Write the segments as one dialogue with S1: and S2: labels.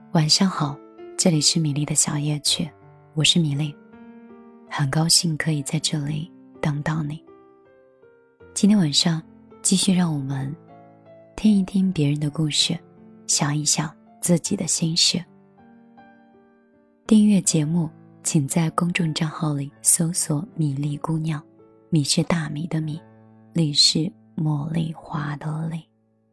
S1: 晚上好，这里是米粒的小夜曲，我是米粒，很高兴可以在这里等到你。今天晚上继续让我们听一听别人的故事，想一想自己的心事。订阅节目请在公众账号里搜索米粒姑娘，米是大米的米，粒是茉莉花的粒。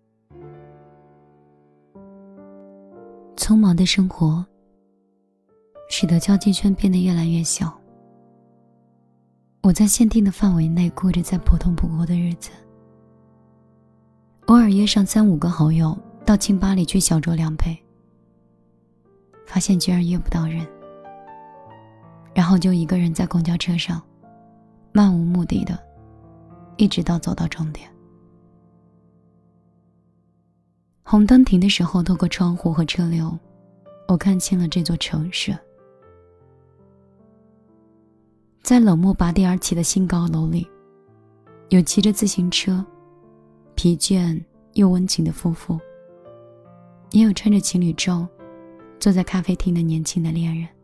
S1: 匆忙的生活使得交际圈变得越来越小，我在限定的范围内过着再普通不过的日子，偶尔约上3-5个好友到清吧里去小酌2杯，发现居然约不到人，然后就一个人在公交车上漫无目的的一直到走到终点。红灯停的时候，透过窗户和车流，我看清了这座城市。在冷漠拔地而起的新高楼里，有骑着自行车疲倦又温情的夫妇，也有穿着情侣装坐在咖啡厅的年轻的恋人。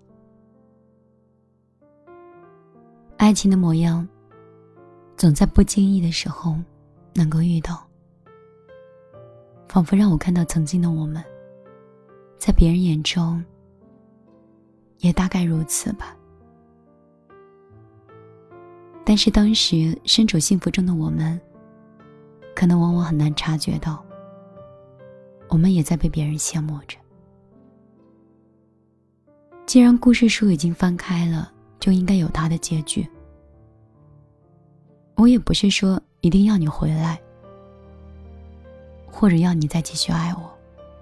S1: 爱情的模样总在不经意的时候能够遇到，仿佛让我看到曾经的我们，在别人眼中也大概如此吧。但是当时身处幸福中的我们，可能往往很难察觉到，我们也在被别人羡慕着。既然故事书已经翻开了，就应该有它的结局。我也不是说一定要你回来，或者要你再继续爱我，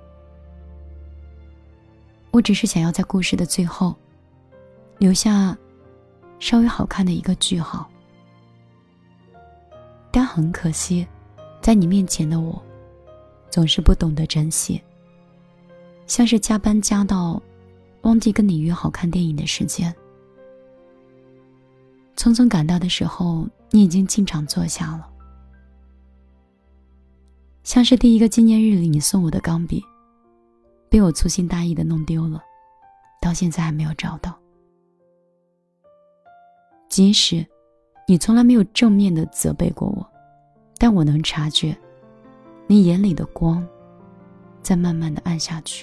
S1: 我只是想要在故事的最后留下稍微好看的一个句号。但很可惜，在你面前的我总是不懂得珍惜，像是加班加到忘记跟你约好看电影的时间，匆匆赶到的时候你已经进场坐下了，像是第一个纪念日里你送我的钢笔，被我粗心大意的弄丢了，到现在还没有找到。即使你从来没有正面的责备过我，但我能察觉你眼里的光在慢慢的暗下去。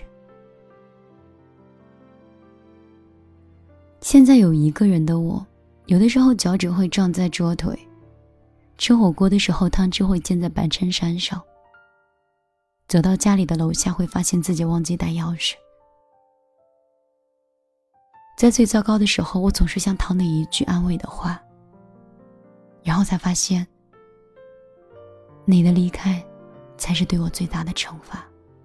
S1: 现在有一个人的我，有的时候脚趾会撞在桌腿，吃火锅的时候汤汁会溅在白衬衫上，走到家里的楼下会发现自己忘记带钥匙。在最糟糕的时候，我总是想讨你一句安慰的话，然后才发现你的离开才是对我最大的惩罚。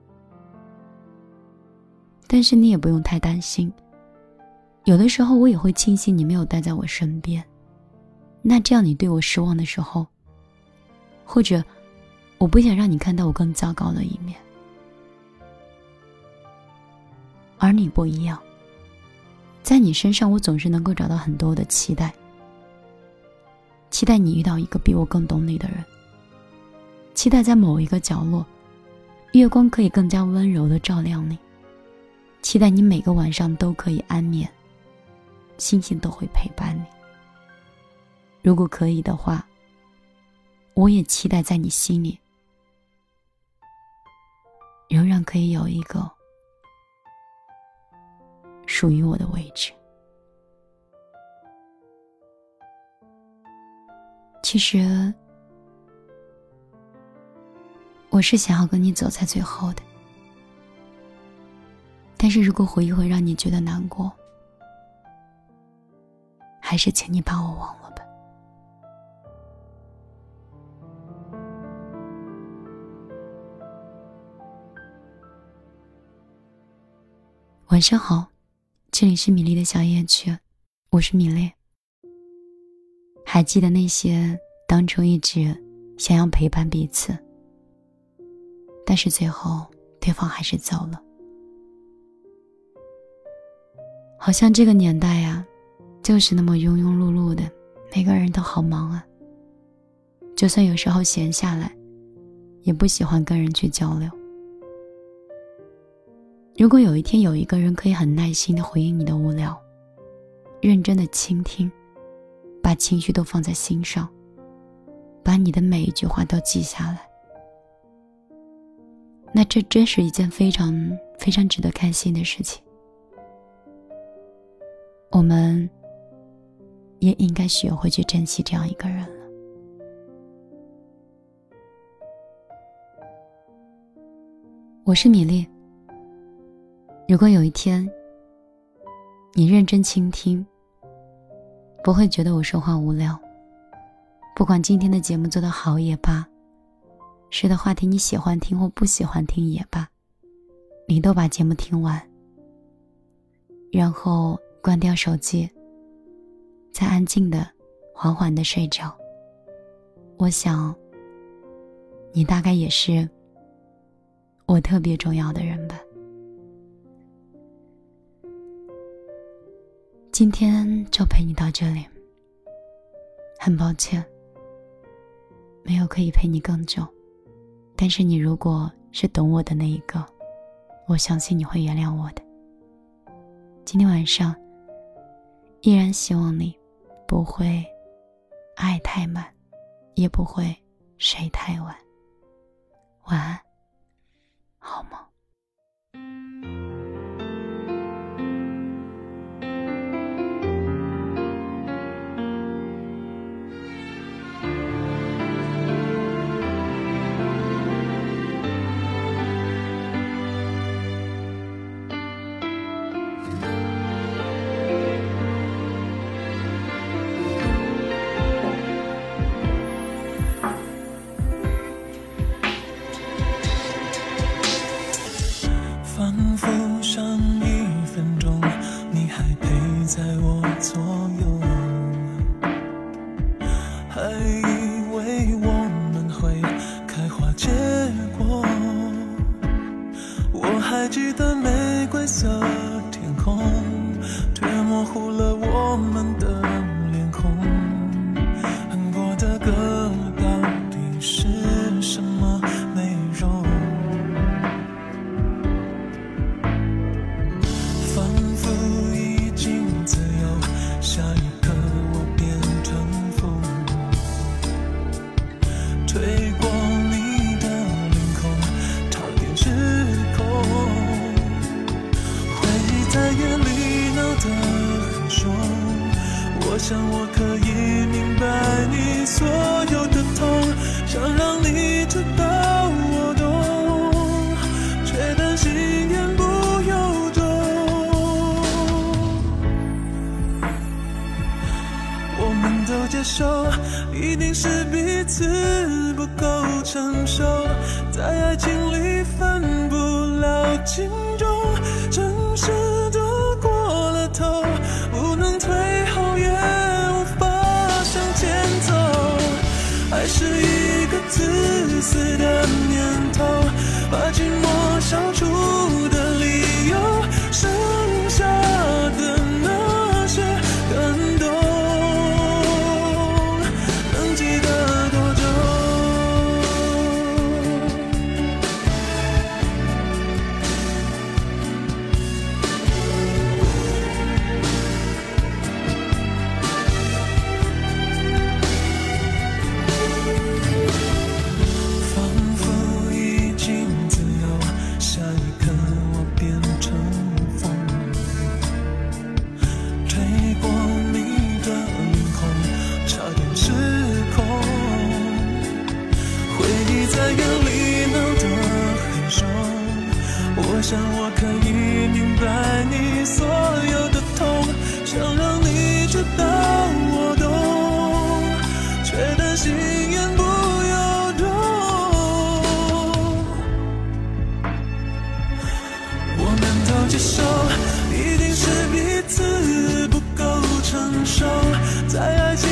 S1: 但是你也不用太担心，有的时候我也会庆幸你没有待在我身边，那这样你对我失望的时候，或者我不想让你看到我更糟糕的一面。而你不一样，在你身上我总是能够找到很多的期待，期待你遇到一个比我更懂你的人，期待在某一个角落月光可以更加温柔地照亮你，期待你每个晚上都可以安眠，星星都会陪伴你。如果可以的话，我也期待在你心里仍然可以有一个属于我的位置。其实我是想要跟你走在最后的，但是如果回忆会让你觉得难过，还是请你把我忘了吧。晚上好，这里是米粒的小夜曲，我是米粒。还记得那些当初一直想要陪伴彼此，但是最后对方还是走了。好像这个年代呀，就是那么庸庸碌碌的，每个人都好忙啊。就算有时候闲下来，也不喜欢跟人去交流。 如果有一天有一个人可以很耐心地回应你的无聊，认真地倾听，把情绪都放在心上，把你的每一句话都记下来，那这真是一件非常非常值得开心的事情。我们也应该学会去珍惜这样一个人了。我是米粒，如果有一天你认真倾听，不会觉得我说话无聊，不管今天的节目做得好也罢，是的话题你喜欢听或不喜欢听也罢，你都把节目听完，然后关掉手机，再安静的缓缓的睡着。我想你大概也是我特别重要的人吧。今天就陪你到这里，很抱歉没有可以陪你更久，但是你如果是懂我的那一个，我相信你会原谅我的。今天晚上依然希望你不会爱太满，也不会睡太晚。晚安，好梦。
S2: 仿佛上1分钟，你还陪在我左右，还以为我们会开花结果。我还记得玫瑰色天空，却模糊了我们的脸孔。恨过的歌到底是什么内容？下一刻我变成风，吹过你的领空，差点失控。回忆在夜里闹得很凶，我想我可以明白你所有的痛，想让你知道我懂，却担心言不由衷。我们都接受，一定是彼此不够成熟，在爱情里分不了轻重，真是都过了头，不能退后也无法向前走。爱是一个自私的念头，把寂寞消除的理由，剩下的那些感动，能记得多久？仿佛已经自由，下一刻我变成风，吹过你的领空，差点失控。回忆在夜里闹得很凶，我想我可以明白你所有的痛，想让你知道我懂，却担心言不由衷。我们都接受，一定是彼此不够成熟，在爱情